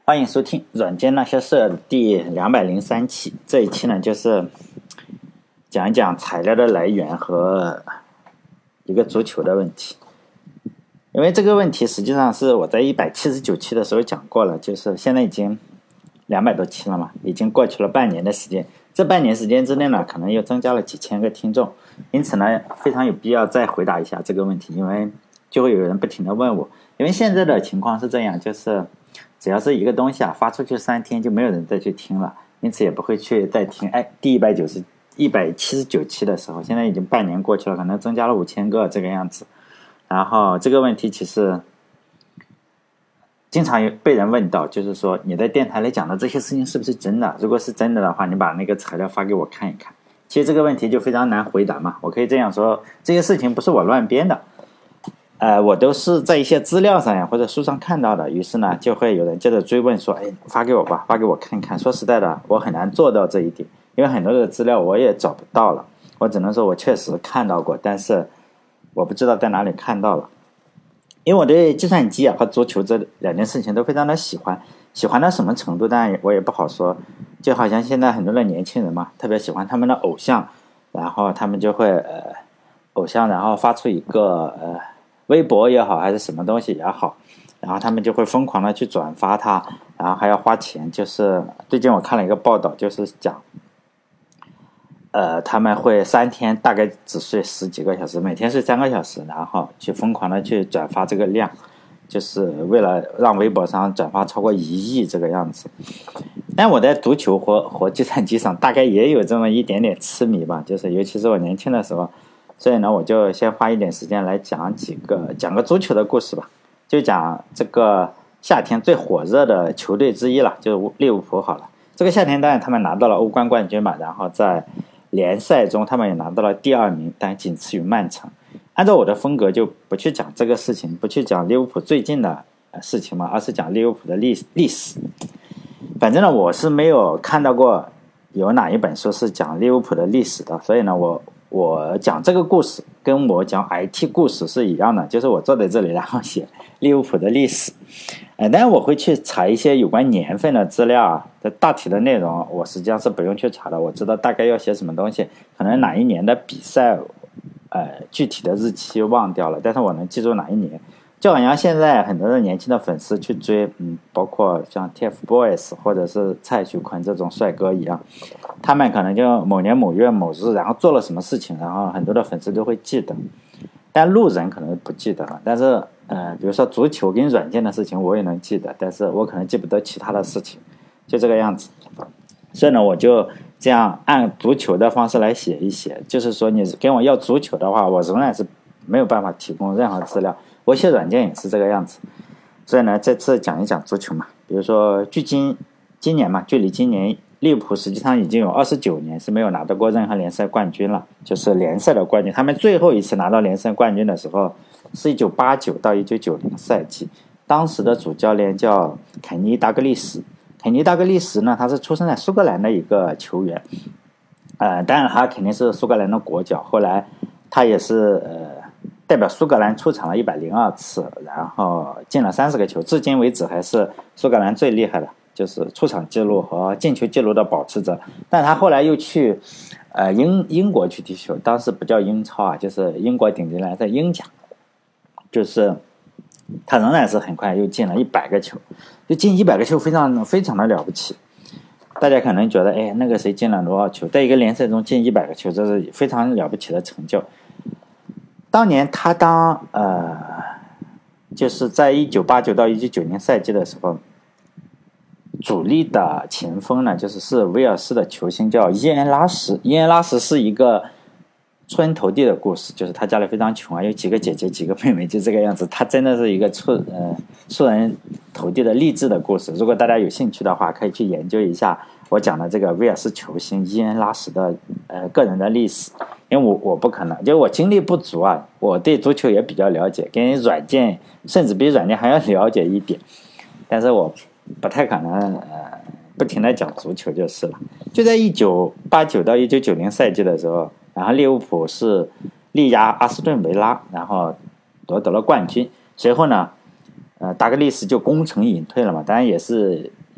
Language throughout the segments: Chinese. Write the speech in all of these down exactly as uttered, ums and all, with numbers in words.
欢迎收听《软件那些事》第两百零三期。这一期呢，就是讲一讲材料的来源和一个足球的问题。因为这个问题实际上是我在一百七十九期的时候讲过了，就是现在已经两百多期了嘛，已经过去了半年的时间。这半年时间之内呢，可能又增加了几千个听众，因此呢，非常有必要再回答一下这个问题，因为就会有人不停的问我。因为现在的情况是这样，就是只要是一个东西啊，发出去三天就没有人再去听了，因此也不会去再听。哎，第一百九十、一百七十九期的时候，现在已经半年过去了，可能增加了五千个这个样子。然后这个问题其实经常有被人问到，就是说你在电台里讲的这些事情是不是真的？如果是真的的话，你把那个材料发给我看一看。其实这个问题就非常难回答嘛，我可以这样说，这些事情不是我乱编的。呃，我都是在一些资料上呀或者书上看到的，于是呢就会有人接着追问说，哎，发给我吧，发给我看看。说实在的，我很难做到这一点，因为很多的资料我也找不到了，我只能说我确实看到过，但是我不知道在哪里看到了。因为我对计算机啊和足球这两件事情都非常的喜欢，喜欢到什么程度当然我也不好说，就好像现在很多的年轻人嘛，特别喜欢他们的偶像，然后他们就会呃偶像然后发出一个呃微博也好还是什么东西也好，然后他们就会疯狂的去转发它，然后还要花钱。就是最近我看了一个报道，就是讲呃他们会三天大概只睡十几个小时，每天睡三个小时，然后去疯狂的去转发这个量，就是为了让微博上转发超过一亿这个样子。但我在足球和和计算机上大概也有这么一点点痴迷吧，就是尤其是我年轻的时候。所以呢，我就先花一点时间来讲几个讲个足球的故事吧，就讲这个夏天最火热的球队之一了，就是利物浦好了。这个夏天当然他们拿到了欧冠冠军嘛，然后在联赛中他们也拿到了第二名，但仅次于曼城。按照我的风格，就不去讲这个事情，不去讲利物浦最近的事情嘛，而是讲利物浦的历历史。反正呢，我是没有看到过有哪一本书是讲利物浦的历史的，所以呢，我。我讲这个故事跟我讲 I T 故事是一样的，就是我坐在这里然后写利物浦的历史。呃，当然我会去查一些有关年份的资料啊，大体的内容我实际上是不用去查的，我知道大概要写什么东西，可能哪一年的比赛呃，具体的日期忘掉了，但是我能记住哪一年。就好像现在很多的年轻的粉丝去追嗯，包括像 TFBOYS 或者是蔡徐坤这种帅哥一样，他们可能就某年某月某日然后做了什么事情，然后很多的粉丝都会记得，但路人可能不记得了。但是呃，比如说足球跟软件的事情我也能记得，但是我可能记不得其他的事情，就这个样子。所以呢，我就这样按足球的方式来写一写，就是说你跟我要足球的话，我仍然是没有办法提供任何资料，我写软件也是这个样子。所以呢，这次讲一讲足球嘛，比如说距今今年嘛，距离今年利物浦实际上已经有二十九年是没有拿到过任何联赛冠军了，就是联赛的冠军。他们最后一次拿到联赛冠军的时候是一九八九到一九九零赛季，当时的主教练叫肯尼·达格利什。肯尼·达格利什呢，他是出生在苏格兰的一个球员，呃，当然他肯定是苏格兰的国脚，后来他也是呃代表苏格兰出场了一百零二次，然后进了三十个球，至今为止还是苏格兰最厉害的，就是出场记录和进球记录的保持者。但他后来又去呃英英国去踢球，当时不叫英超啊，就是英国顶级联赛英甲，就是他仍然是很快又进了一百个球，就进一百个球非常非常的了不起。大家可能觉得哎，那个谁进了多少球，在一个联赛中进一百个球，这是非常了不起的成就。当年他当呃就是在一九八九到一九九零赛季的时候，主力的前锋呢，就是是威尔士的球星叫伊恩拉什。伊恩拉什是一个出人头地的故事，就是他家里非常穷啊，有几个姐姐几个妹妹，就这个样子。他真的是一个出呃出人头地的励志的故事。如果大家有兴趣的话，可以去研究一下我讲的这个威尔士球星伊恩拉什的呃个人的历史。因为我我不可能，就我精力不足啊，我对足球也比较了解，跟软件甚至比软件还要了解一点，但是我不太可能呃不停的讲足球就是了。就在一九八九到一九九零赛季的时候，然后利物浦是力压阿斯顿维拉，然后夺得了冠军。随后呢，呃，达格利什就功成隐退了嘛，当然也是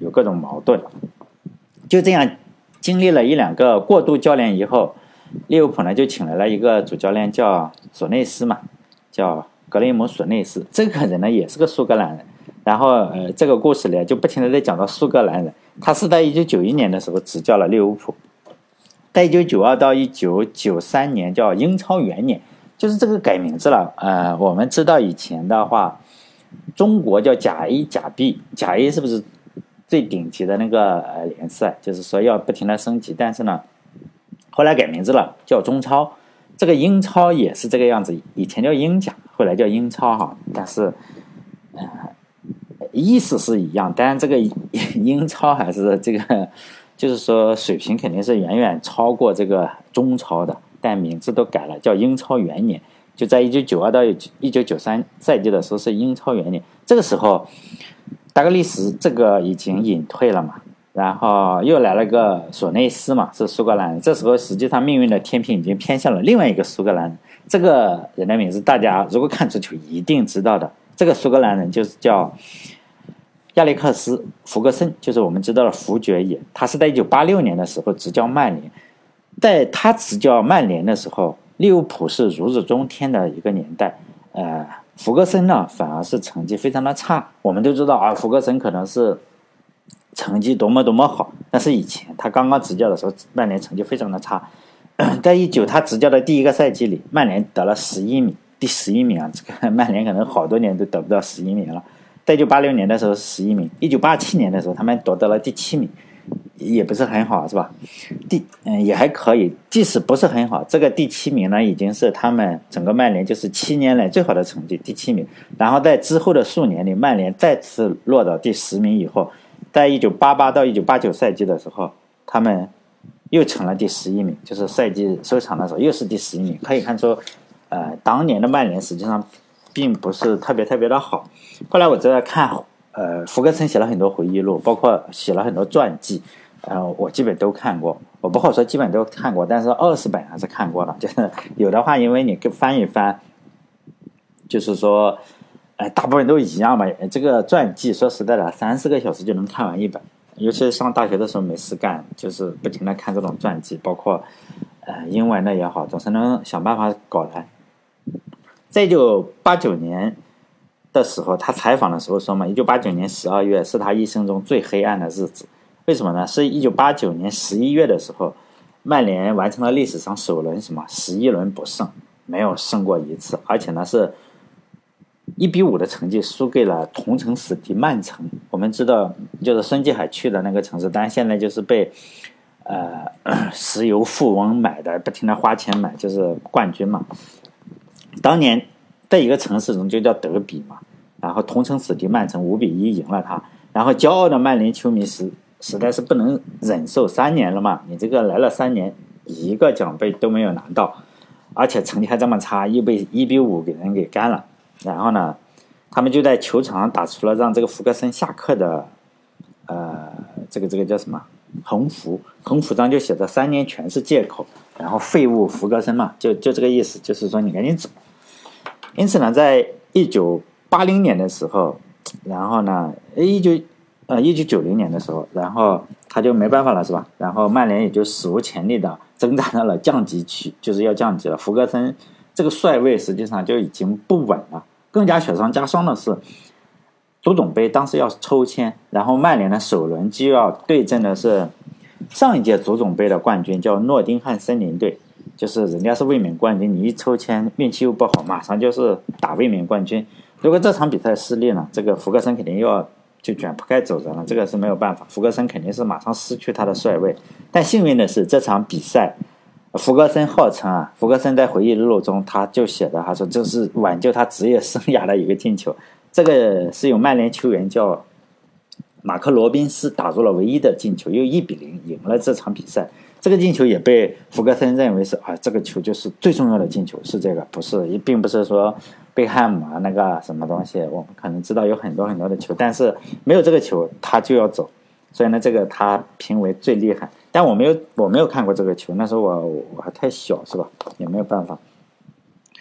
有各种矛盾。就这样经历了一两个过渡教练以后，利物浦呢就请来了一个主教练叫索内斯嘛，叫格雷姆索内斯。这个人呢也是个苏格兰人，然后呃这个故事里就不停的在讲到苏格兰人。他是在一九九一年的时候执教了利物浦，在一九九二到一九九三年叫英超元年，就是这个改名字了。呃，我们知道以前的话，中国叫甲 A 甲 B， 甲 A 是不是最顶级的那个呃联赛？就是说要不停的升级，但是呢，后来改名字了，叫中超。这个英超也是这个样子，以前叫英甲，后来叫英超哈。但是，呃，意思是一样，但这个英超还是这个，就是说水平肯定是远远超过这个中超的，但名字都改了，叫英超元年。就在一九九二到一九九三赛季的时候是英超元年，这个时候达格利什这个已经隐退了嘛，然后又来了个索内斯嘛，是苏格兰人。这时候实际上命运的天平已经偏向了另外一个苏格兰人，这个人的名字大家如果看足球一定知道的，这个苏格兰人就是叫亚历克斯·福格森，就是我们知道的福爵爷。他是在一九八六年的时候执教曼联，在他执教曼联的时候，利物浦是如日中天的一个年代。呃，福格森呢反而是成绩非常的差。我们都知道啊，福格森可能是成绩多么多么好，但是以前他刚刚执教的时候，曼联成绩非常的差。在一九他执教的第一个赛季里，曼联得了十一名，第十一名啊，这个曼联可能好多年都得不到十一名了。在一九八六年的时候十一名，一九八七年的时候他们夺得了第七名，也不是很好，是吧？第嗯也还可以，即使不是很好，这个第七名呢已经是他们整个曼联就是七年来最好的成绩，第七名。然后在之后的数年里，曼联再次落到第十名以后，在一九八八到一九八九赛季的时候，他们又成了第十一名，就是赛季收场的时候又是第十一名。可以看出，呃，当年的曼联实际上并不是特别特别的好。后来我在看，呃，福格森写了很多回忆录，包括写了很多传记，呃，我基本都看过。我不好说基本都看过，但是二十本还是看过了。就是有的话，因为你翻一翻，就是说，呃，大部分都一样嘛。这个传记说实在的，三四个小时就能看完一本。尤其是上大学的时候没事干，就是不停的看这种传记，包括呃英文的也好，总是能想办法搞来。在一九八九年的时候，他采访的时候说嘛，一九八九年十二月是他一生中最黑暗的日子。为什么呢？是一九八九年十一月的时候，曼联完成了历史上首轮什么十一轮不胜，没有胜过一次，而且呢是一比五的成绩输给了同城死敌曼城。我们知道，就是孙继海去的那个城市，但现在就是被呃石油富翁买的，不停的花钱买，就是冠军嘛。当年在一个城市中就叫德比嘛，然后同城死敌曼城五比一赢了他，然后骄傲的曼联球迷实实在是不能忍受，三年了嘛，你这个来了三年，一个奖杯都没有拿到，而且成绩还这么差，一被一比五给人给干了。然后呢，他们就在球场上打出了让这个福格森下课的，呃，这个这个叫什么横幅？横幅上就写着三年全是借口，然后废物福格森嘛，就就这个意思，就是说你赶紧走。因此呢，在一九八零年的时候，然后呢，一九呃一九九零年的时候，然后他就没办法了，是吧？然后曼联也就史无前例的挣扎到了降级区，就是要降级了。福格森这个帅位实际上就已经不稳了。更加雪上加霜的是，足总杯当时要抽签，然后曼联的首轮就要对阵的是上一届足总杯的冠军，叫诺丁汉森林队，就是人家是卫冕冠军，你一抽签运气又不好，马上就是打卫冕冠军。如果这场比赛失利了，这个福格森肯定又要就卷铺盖走人了，这个是没有办法，福格森肯定是马上失去他的帅位。但幸运的是，这场比赛福格森号称啊，福格森在回忆录中他就写的，他说这是挽救他职业生涯的一个进球。这个是有曼联球员叫马克罗宾斯打入了唯一的进球，又一比零赢了这场比赛。这个进球也被福格森认为是啊，这个球就是最重要的进球，是这个，不是，并不是说贝汉姆啊那个什么东西，我们可能知道有很多很多的球，但是没有这个球他就要走，所以呢，这个他评为最厉害。但我没有我没有看过这个球，那时候我我还太小，是吧？也没有办法。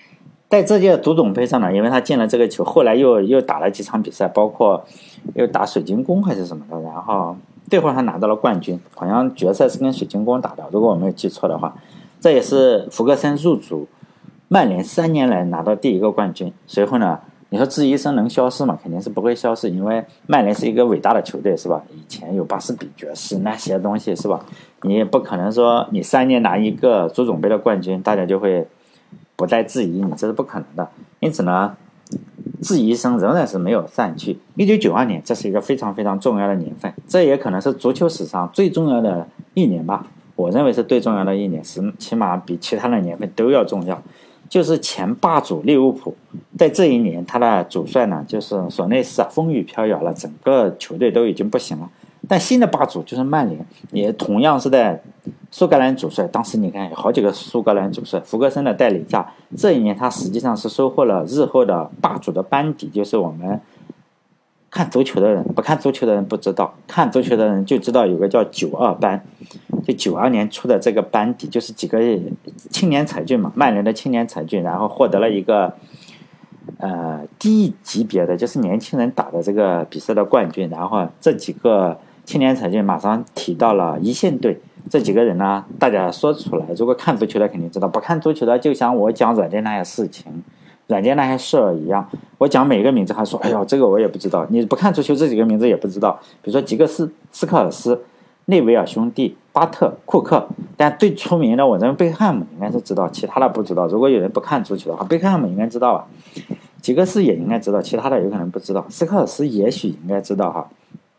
在这届足总杯上呢，因为他进了这个球，后来又又打了几场比赛，包括又打水晶宫还是什么的，然后最后他拿到了冠军，好像决赛是跟水晶宫打的，如果我没有记错的话。这也是弗格森入主曼联三年来拿到第一个冠军。随后呢，你说质疑声能消失吗？肯定是不会消失，因为曼联是一个伟大的球队，是吧？以前有巴斯比爵士那些东西，是吧？你也不可能说你三年拿一个足总杯的冠军，大家就会不再质疑你，这是不可能的。因此呢，质疑声仍然是没有散去。一九九二年，这是一个非常非常重要的年份，这也可能是足球史上最重要的一年吧。我认为是最重要的一年，是起码比其他的年份都要重要。就是前霸主利物浦，在这一年，他的主帅呢，就是索内斯啊，风雨飘摇了，整个球队都已经不行了。但新的霸主就是曼联，也同样是在苏格兰主帅，当时你看有好几个苏格兰主帅，福格森的带领下，这一年他实际上是收获了日后的霸主的班底，就是我们看足球的人，不看足球的人不知道，看足球的人就知道有个叫九二班，就九二年出的这个班底，就是几个青年才俊嘛，曼联的青年才俊，然后获得了一个呃低级别的，就是年轻人打的这个比赛的冠军，然后这几个青年才俊马上提到了一线队。这几个人呢，大家说出来，如果看足球的肯定知道，不看足球的就像我讲软件那些事情。软件那些事儿一样，我讲每个名字还说，哎呦，这个我也不知道。你不看足球，这几个名字也不知道。比如说吉格斯、斯科尔斯、内维尔兄弟、巴特、库克，但最出名的，我认为贝克汉姆应该是知道，其他的不知道。如果有人不看足球的话，贝克汉姆应该知道啊，吉格斯也应该知道，其他的有可能不知道。斯科尔斯也许应该知道哈，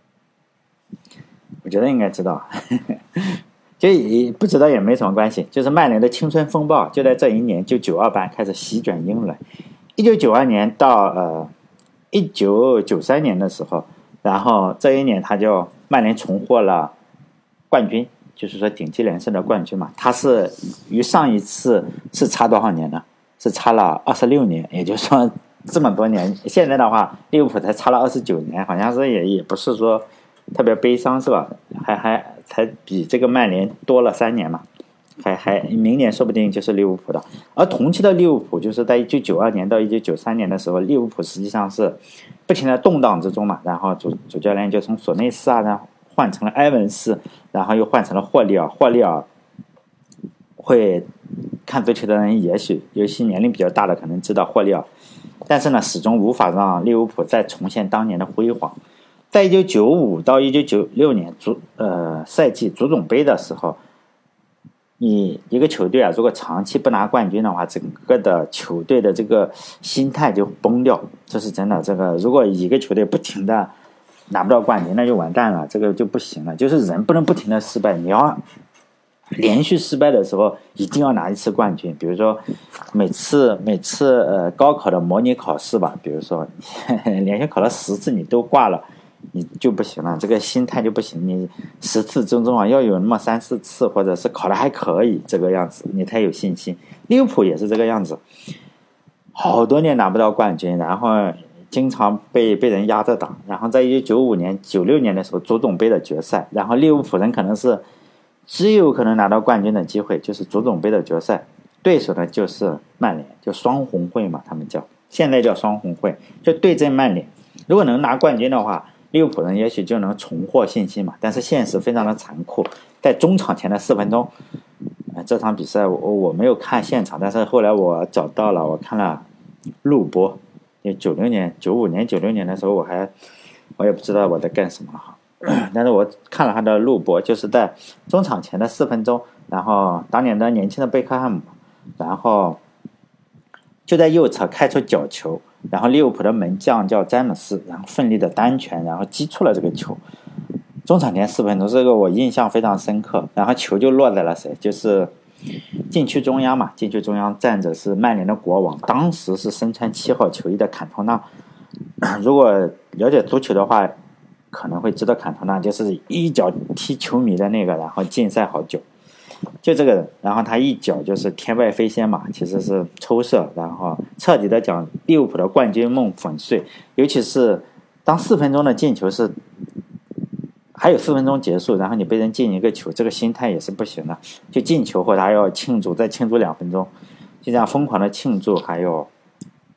我觉得应该知道。就不知道也没什么关系，就是曼联的青春风暴就在这一年，就九二班开始席卷英伦。一九九二年到呃一九九三年的时候，然后这一年他就曼联重获了冠军，就是说顶级联赛的冠军嘛。他是与上一次是差多少年呢？是差了二十六年，也就是说这么多年。现在的话，利物浦才差了二十九年，好像是也也不是说特别悲伤，是吧？还还才比这个曼联多了三年嘛，还还明年说不定就是利物浦的。而同期的利物浦，就是在一九九二年到一九九三年的时候，利物浦实际上是不停的动荡之中嘛。然后主主教练就从索内斯啊，然后换成了埃文斯，然后又换成了霍利尔。霍利尔会看足球的人，也许有些年龄比较大的可能知道霍利尔，但是呢，始终无法让利物浦再重现当年的辉煌。在一九九五到一九九六年足呃赛季足总杯的时候，你一个球队啊，如果长期不拿冠军的话，整个的球队的这个心态就崩掉，这是真的。这个如果一个球队不停的拿不到冠军，那就完蛋了，这个就不行了。就是人不能不停的失败，你要连续失败的时候，一定要拿一次冠军。比如说每次每次呃高考的模拟考试吧，比如说连续考了十次你都挂了，你就不行了，这个心态就不行。你十次之中啊，要有那么三四次，或者是考得还可以这个样子，你才有信心。利物浦也是这个样子，好多年拿不到冠军，然后经常被被人压着打。然后在一九九五年、九六年的时候，足总杯的决赛，然后利物浦人可能是只有可能拿到冠军的机会，就是足总杯的决赛，对手呢就是曼联，就双红会嘛，他们叫现在叫双红会，就对阵曼联。如果能拿冠军的话，利物浦人也许就能重获信心嘛。但是现实非常的残酷，在中场前的四分钟，呃，这场比赛我我没有看现场，但是后来我找到了，我看了录播。因为九六年、九五年、九六年的时候，我还我也不知道我在干什么哈，但是我看了他的录播，就是在中场前的四分钟，然后当年的年轻的贝克汉姆，然后就在右侧开出角球，然后利物浦的门将叫詹姆斯，然后奋力的单拳，然后击出了这个球。中场前四分钟，这个我印象非常深刻。然后球就落在了谁？就是禁区中央嘛，禁区中央站着是曼联的国王，当时是身穿七号球衣的坎托纳。如果了解足球的话，可能会知道坎托纳就是一脚踢球迷的那个，然后禁赛好久。就这个人，然后他一脚就是天外飞仙嘛，其实是抽射，然后彻底的将利物浦的冠军梦粉碎。尤其是当四分钟的进球是还有四分钟结束，然后你被人进一个球，这个心态也是不行的。就进球后他要庆祝，再庆祝两分钟，就这样疯狂的庆祝，还有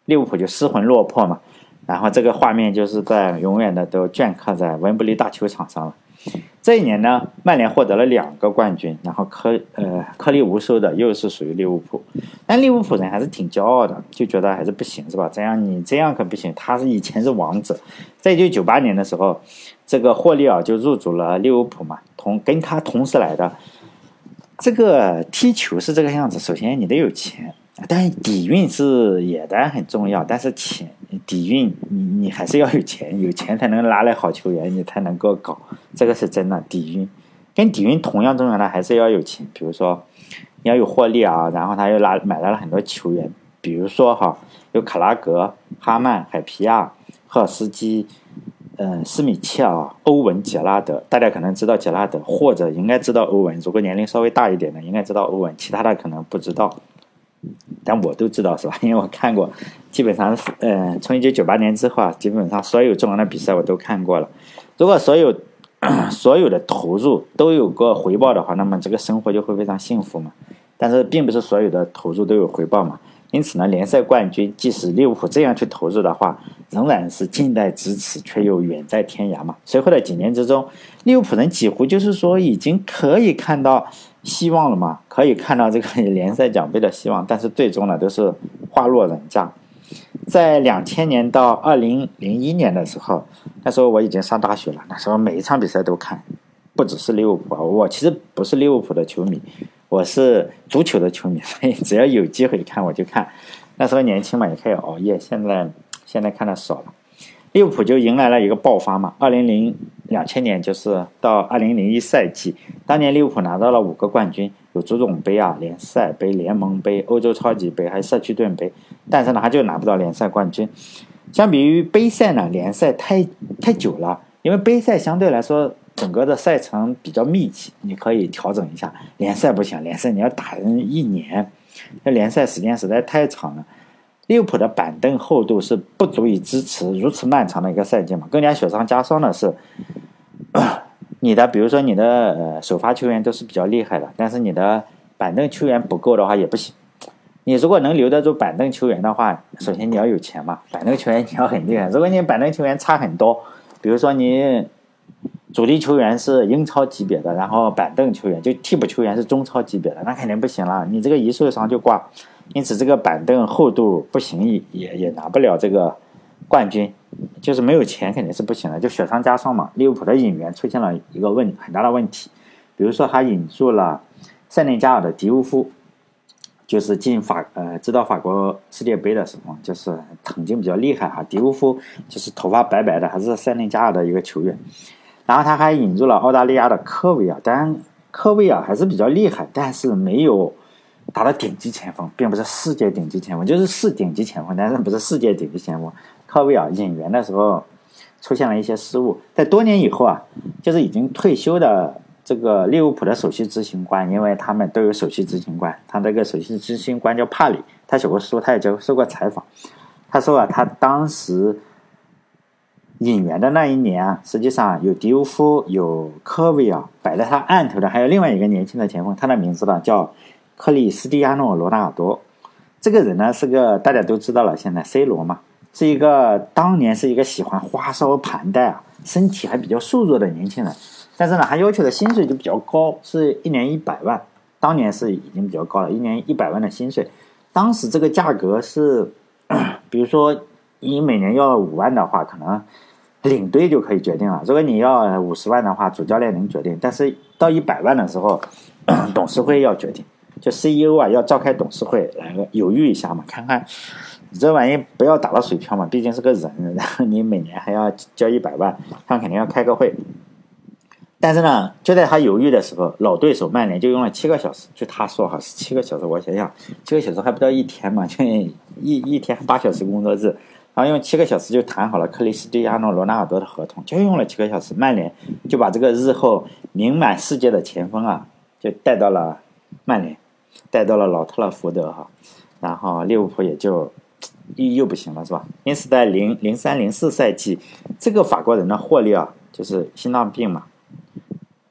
利物浦就失魂落魄嘛。然后这个画面就是在永远的都镌刻在温布利大球场上了。这一年呢，曼联获得了两个冠军，然后颗呃颗粒无收的又是属于利物浦，但利物浦人还是挺骄傲的，就觉得还是不行是吧？这样你这样可不行，他是以前是王者，在一九九八年的时候，这个霍利尔就入主了利物浦嘛，同跟他同时来的。这个踢球是这个样子，首先你得有钱，但底蕴是也当然很重要，但是钱底蕴你你还是要有钱，有钱才能拉来好球员，你才能够搞，这个是真的。底蕴跟底蕴同样重要的还是要有钱，比如说你要有获利啊，然后他又拉买来了很多球员，比如说哈有卡拉格、哈曼、海皮亚、赫尔斯基、嗯斯米切尔、欧文、杰拉德，大家可能知道杰拉德，或者应该知道欧文，如果年龄稍微大一点的应该知道欧文，其他的可能不知道。但我都知道是吧？因为我看过，基本上，呃，从一九九八年之后啊，基本上所有重要的比赛我都看过了。如果所有所有的投入都有个回报的话，那么这个生活就会非常幸福嘛。但是并不是所有的投入都有回报嘛。因此呢，联赛冠军即使利物浦这样去投入的话，仍然是近在咫尺，却又远在天涯嘛。随后的几年之中，利物浦人几乎就是说已经可以看到希望了嘛，可以看到这个联赛奖杯的希望，但是最终呢都是花落人家。在两千年到二零零一年的时候，那时候我已经上大学了，那时候每一场比赛都看，不只是利物浦啊，我其实不是利物浦的球迷，我是足球的球迷，所以只要有机会看我就看。那时候年轻嘛，也可以熬夜，现在现在看的少了。利物浦就迎来了一个爆发嘛，二零零两千年就是到二零零一赛季，当年利物浦拿到了五个冠军，有足总杯啊、联赛杯、联盟杯、欧洲超级杯，还有社区盾杯，但是呢，他就拿不到联赛冠军。相比于杯赛呢，联赛太太久了，因为杯赛相对来说整个的赛程比较密集，你可以调整一下。联赛不行，联赛你要打人一年，那联赛时间实在太长了。利物浦的板凳厚度是不足以支持如此漫长的一个赛季嘛。更加雪上加霜的是，呃、你的比如说你的呃首发球员都是比较厉害的，但是你的板凳球员不够的话也不行。你如果能留得住板凳球员的话，首先你要有钱嘛，板凳球员你要很厉害。如果你板凳球员差很多，比如说你主力球员是英超级别的，然后板凳球员就替补球员是中超级别的，那肯定不行了，你这个一受伤就挂。因此这个板凳厚度不行，也也拿不了这个冠军，就是没有钱肯定是不行的，就雪上加霜嘛。利物浦的引援出现了一个问很大的问题，比如说他引入了塞内加尔的迪乌夫，就是进法呃知道法国世界杯的时候，就是曾经比较厉害哈，迪乌夫就是头发白白的，还是塞内加尔的一个球员。然后他还引入了澳大利亚的科维尔，当然科维尔还是比较厉害，但是没有达到顶级前锋，并不是世界顶级前锋，就是市顶级前锋，但是不是世界顶级前锋。科维尔引援的时候出现了一些失误，在多年以后啊，就是已经退休的这个利物浦的首席执行官，因为他们都有首席执行官，他这个首席执行官叫帕里，他写过书，他也接受过采访。他说啊，他当时引援的那一年啊，实际上有迪乌夫，有科维尔，摆在他案头的还有另外一个年轻的前锋，他的名字呢叫克里斯蒂亚诺·罗纳尔多。这个人呢是个大家都知道了，现在 C 罗嘛，是一个当年是一个喜欢花哨盘带啊，身体还比较瘦弱的年轻人。但是呢，他要求的薪水就比较高，是一年一百万。当年是已经比较高了，一年一百万的薪水。当时这个价格是，比如说你每年要五万的话，可能领队就可以决定了。如果你要五十万的话，主教练能决定。但是到一百万的时候，董事会要决定。就 C E O 啊，要召开董事会来犹豫一下嘛，看看你这玩意不要打到水漂嘛，毕竟是个人，然后你每年还要交一百万，他们肯定要开个会。但是呢，就在他犹豫的时候，老对手曼联就用了七个小时，就他说哈是七个小时，我想想，七个小时还不到一天嘛，就一一天八小时工作制，然后用七个小时就谈好了克里斯蒂亚诺·罗纳尔多的合同，就用了七个小时，曼联就把这个日后名满世界的前锋啊，就带到了曼联。带到了老特勒福德哈，然后利物浦也就又不行了是吧？因此在零零三零四赛季，这个法国人的霍利尔就是心脏病嘛，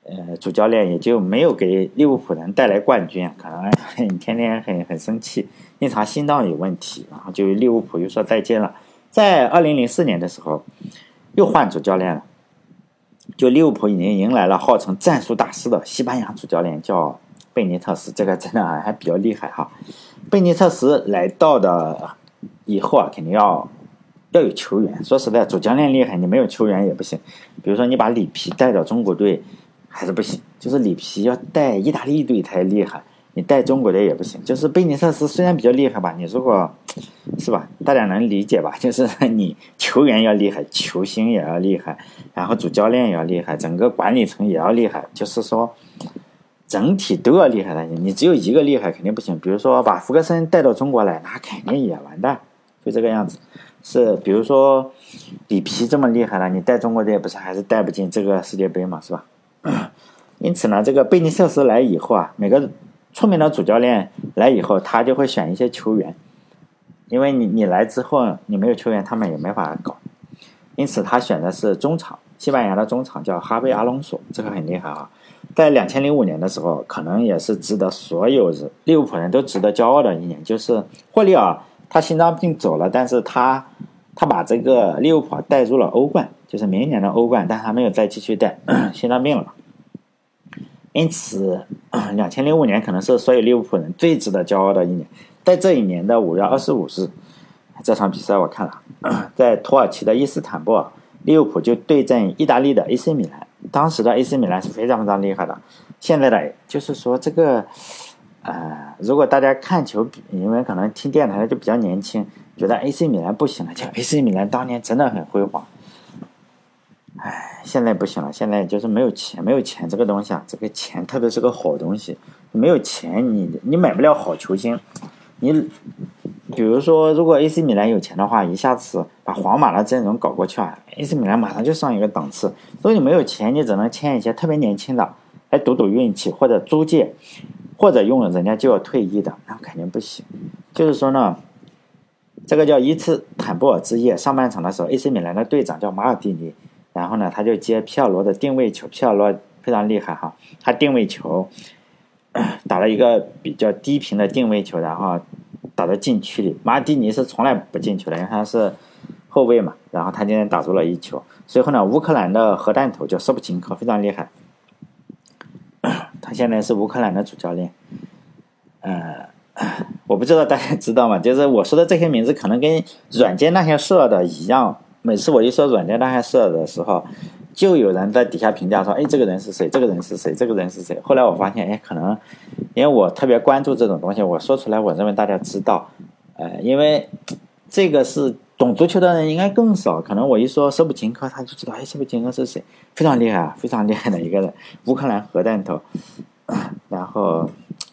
呃，主教练也就没有给利物浦人带来冠军，可能很天天很很生气，因为他心脏有问题，然后就利物浦又说再见了。在二零零四年的时候，又换主教练了，就利物浦已经迎来了号称战术大师的西班牙主教练，叫贝尼特斯，这个真的还比较厉害哈。贝尼特斯来到的以后啊，肯定要要有球员。说实在，主教练厉害，你没有球员也不行。比如说你把里皮带到中国队。还是不行，就是里皮要带意大利队才厉害，你带中国队也不行。就是贝尼特斯虽然比较厉害吧，你如果是吧，大家能理解吧？就是你球员要厉害，球星也要厉害，然后主教练也要厉害，整个管理层也要厉害，就是说整体都要厉害的。你只有一个厉害肯定不行。比如说把福格森带到中国来，那肯定也完蛋，就这个样子。是比如说里皮这么厉害了，你带中国队不是还是带不进这个世界杯嘛，是吧？因此呢，这个贝尼特斯来以后啊，每个出名的主教练来以后，他就会选一些球员，因为你你来之后，你没有球员，他们也没法搞。因此，他选的是中场，西班牙的中场叫哈维·阿隆索，这个很厉害啊。在两千零五年的时候，可能也是值得所有利物浦人都值得骄傲的一年，就是霍利尔他心脏病走了，但是他他把这个利物浦带入了欧冠。就是明年的欧冠，但他没有再继续带，心脏病了。因此，两千零五年可能是所有利物浦人最值得骄傲的一年。在这一年的五月二十五日，这场比赛我看了，在土耳其的伊斯坦布尔，利物浦就对阵意大利的 A C 米兰。当时的 A C 米兰是非常非常厉害的。现在的就是说这个，呃，如果大家看球，因为可能听电台的就比较年轻，觉得 A C 米兰不行了，就 A C 米兰当年真的很辉煌。唉，现在不行了，现在就是没有钱，没有钱这个东西啊，这个钱特别是个好东西，没有钱你你买不了好球星。你比如说，如果 A C 米兰有钱的话，一下子把皇马的阵容搞过去啊 ，A C 米兰马上就上一个档次。如果你没有钱，你只能签一些特别年轻的来赌赌运气，或者租借，或者用了人家就要退役的，那肯定不行。就是说呢，这个叫伊斯坦布尔之夜，上半场的时候 ，A C 米兰的队长叫马尔蒂尼。然后呢，他就接皮尔罗的定位球，皮尔罗非常厉害哈，他定位球打了一个比较低频的定位球，然后打到禁区里。马尔蒂尼是从来不进球的，因为他是后卫嘛，然后他今天打入了一球。随后呢，乌克兰的核弹头叫舍甫琴科，非常厉害，他现在是乌克兰的主教练。呃，我不知道大家知道吗？就是我说的这些名字可能跟软件那些设的一样。每次我一说软件那些事的时候，就有人在底下评价说：“哎，这个人是谁？这个人是谁？这个人是谁？”后来我发现，哎，可能因为我特别关注这种东西，我说出来，我认为大家知道。呃，因为这个是懂足球的人应该更少，可能我一说舍甫琴科，他就知道，哎，舍甫琴科是谁？非常厉害，非常厉害的一个人，乌克兰核弹头。然后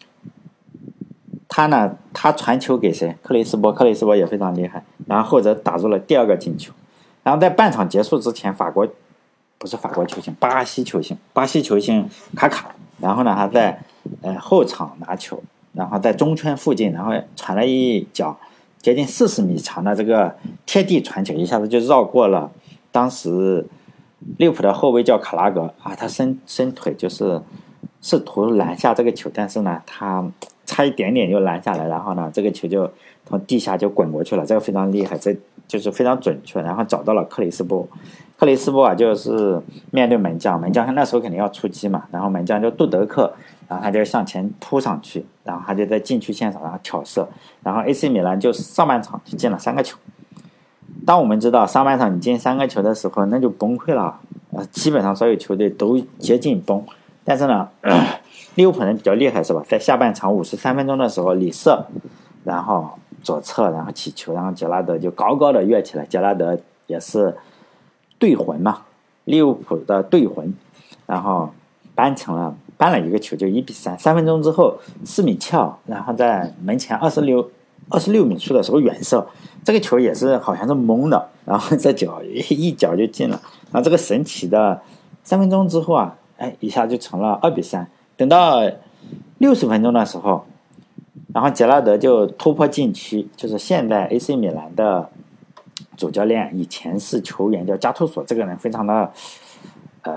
他呢，他传球给谁？克里斯波，克里斯波也非常厉害，然后后者打入了第二个进球。然后在半场结束之前，法国不是法国球星，巴西球星，巴西球星卡卡，然后呢还在呃后场拿球，然后在中圈附近，然后传了一脚接近四十米长的这个贴地传球，一下子就绕过了当时利物浦的后卫叫卡拉格啊，他伸伸腿就是试图拦下这个球，但是呢他差一点点就拦下来，然后呢这个球就从地下就滚过去了，这个非常厉害，这就是非常准确，然后找到了克里斯波，克里斯波啊就是面对门将，门将那时候肯定要出击嘛，然后门将就杜德克，然后他就向前扑上去，然后他就在禁区线上然后挑射，然后 A C 米兰就上半场就进了三个球。当我们知道上半场你进三个球的时候，那就崩溃了，呃，基本上所有球队都接近崩。但是呢，利物浦人比较厉害是吧？在下半场五十三分钟的时候，里瑟，然后左侧，然后起球，然后杰拉德就高高的跃起来。杰拉德也是队魂嘛，利物浦的队魂，然后扳成了扳了一个球，就一比三。三分钟之后，斯米切尔然后在门前二十六二十六米处的时候远射，这个球也是好像是蒙的，然后这脚一脚就进了。然后这个神奇的三分钟之后啊，哎，一下就成了二比三。等到六十分钟的时候，然后杰拉德就突破禁区，就是现在 A C 米兰的主教练，以前是球员叫加图索，这个人非常的呃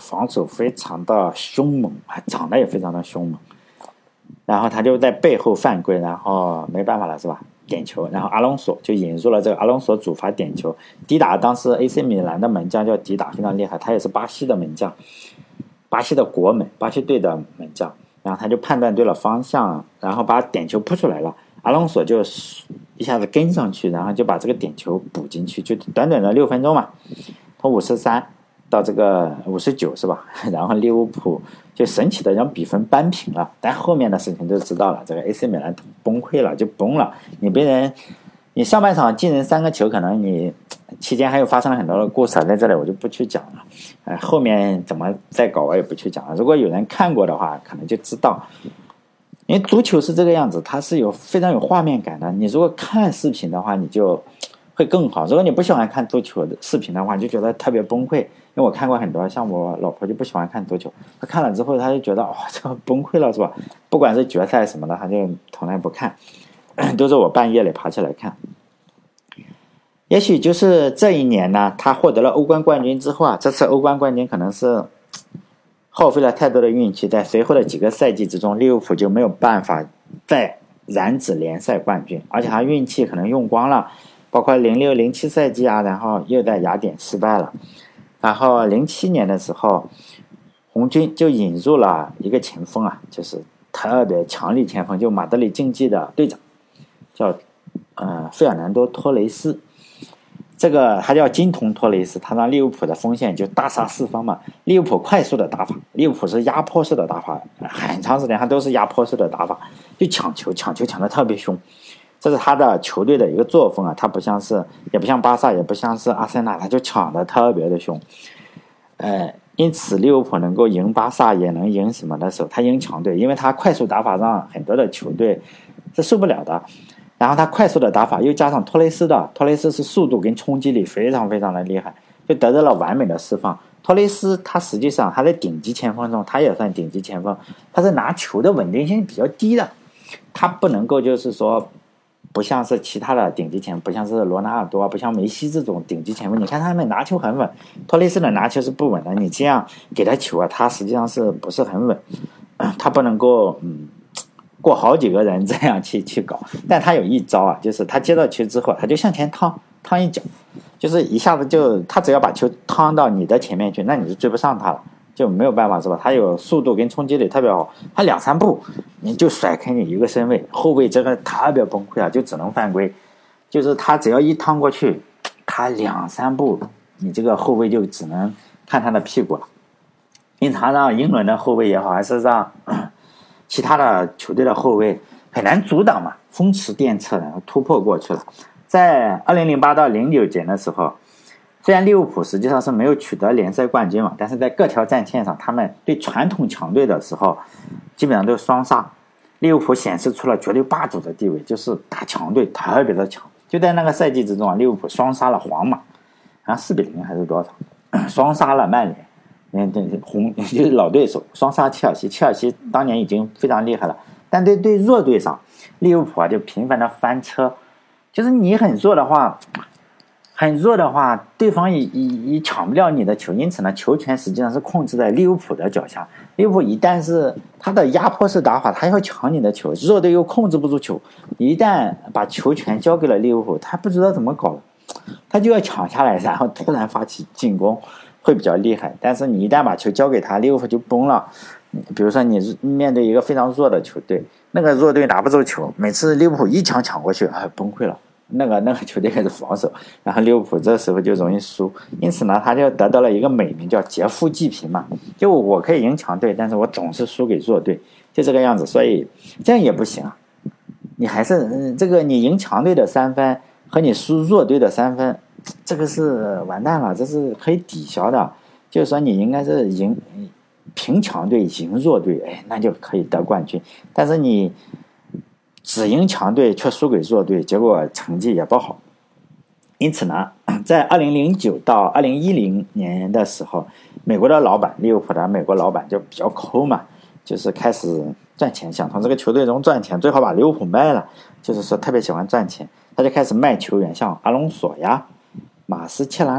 防守非常的凶猛，还长得也非常的凶猛。然后他就在背后犯规，然后没办法了是吧？点球，然后阿隆索就引入了这个阿隆索主罚点球。迪达当时 A C 米兰的门将叫迪达，非常厉害，他也是巴西的门将，巴西的国门，巴西队的门将。然后他就判断对了方向，然后把点球扑出来了。阿隆索就一下子跟上去，然后就把这个点球补进去，就短短的六分钟嘛，从五十三到这个五十九是吧？然后利物浦就神奇的让比分扳平了。但后面的事情都知道了，这个 A C 米兰崩溃了，就崩了。你被人，你上半场进人三个球，可能你期间还有发生了很多的故事，在这里我就不去讲了。呃，后面怎么再搞我也不去讲了。如果有人看过的话，可能就知道。因为足球是这个样子，它是有非常有画面感的。你如果看视频的话，你就会更好。如果你不喜欢看足球的视频的话，你就觉得特别崩溃。因为我看过很多，像我老婆就不喜欢看足球，她看了之后，她就觉得哇、哦，这崩溃了是吧？不管是决赛什么的，她就从来不看，都是我半夜里爬起来看。也许就是这一年呢，他获得了欧冠冠军之后啊，这次欧冠冠军可能是耗费了太多的运气，在随后的几个赛季之中，利物浦就没有办法再染指联赛冠军，而且他运气可能用光了，包括零六零七赛季啊，然后又在雅典失败了。然后零七年的时候，红军就引入了一个前锋啊，就是特别强力前锋，就马德里竞技的队长，叫呃费尔南多托雷斯。这个他叫金童托雷斯，他让利物浦的锋线就大杀四方嘛。利物浦快速的打法，利物浦是压迫式的打法，很长时间他都是压迫式的打法，就抢球，抢球抢得特别凶。这是他的球队的一个作风啊，他不像是，也不像巴萨，也不像是阿森纳，他就抢得特别的凶。呃，因此利物浦能够赢巴萨，也能赢什么的时候，他赢强队，因为他快速打法让很多的球队是受不了的。然后他快速的打法又加上托雷斯的，托雷斯是速度跟冲击力非常非常的厉害，就得到了完美的释放。托雷斯他实际上他在顶级前锋中，他也算顶级前锋，他是拿球的稳定性比较低的，他不能够就是说不像是其他的顶级前锋，不像是罗纳尔多，不像梅西这种顶级前锋，你看他们拿球很稳，托雷斯的拿球是不稳的，你这样给他球啊，他实际上是不是很稳，他不能够嗯过好几个人这样去去搞。但他有一招啊，就是他接到球之后，他就向前趟趟一脚，就是一下子就他只要把球趟到你的前面去，那你就追不上他了，就没有办法是吧？他有速度跟冲击力特别好，他两三步你就甩开你一个身位，后卫这个特别崩溃啊，就只能犯规。就是他只要一趟过去，他两三步你这个后卫就只能看他的屁股了。因此他让英伦的后卫也好，还是让其他的球队的后卫很难阻挡嘛，风驰电掣，然后突破过去了。在二零零八到零九年的时候，虽然利物浦实际上是没有取得联赛冠军嘛，但是在各条战线上，他们对传统强队的时候，基本上都是双杀。利物浦显示出了绝对霸主的地位，就是打强队特别的强。就在那个赛季之中啊，利物浦双杀了皇马，然后四比零还是多少，双杀了曼联。嗯，对，红就是老对手，双杀切尔西。切尔西当年已经非常厉害了，但对对弱队上，利物浦啊就频繁的翻车。就是你很弱的话，很弱的话，对方也也也抢不了你的球，因此呢，球权实际上是控制在利物浦的脚下。利物浦一旦是他的压迫式打法，他要抢你的球，弱队又控制不住球，一旦把球权交给了利物浦，他不知道怎么搞了，他就要抢下来，然后突然发起进攻。会比较厉害，但是你一旦把球交给他，利物浦就崩了。比如说你面对一个非常弱的球队，那个弱队拿不住球，每次利物浦一抢抢过去，哎，崩溃了。那个那个球队开始防守，然后利物浦这时候就容易输。因此呢，他就得到了一个美名叫劫富济贫嘛。就我可以赢强队，但是我总是输给弱队，就这个样子。所以这样也不行啊。你还是、嗯、这个你赢强队的三分和你输弱队的三分。这个是完蛋了，这是可以抵消的。就是说，你应该是赢平强队赢弱队，哎，那就可以得冠军。但是你只赢强队却输给弱队，结果成绩也不好。因此呢，在二零零九到二零一零年的时候，美国的老板利物浦的美国老板就比较抠嘛，就是开始赚钱，想从这个球队中赚钱，最好把利物浦卖了。就是说特别喜欢赚钱，他就开始卖球员，像阿隆索呀、马斯切拉诺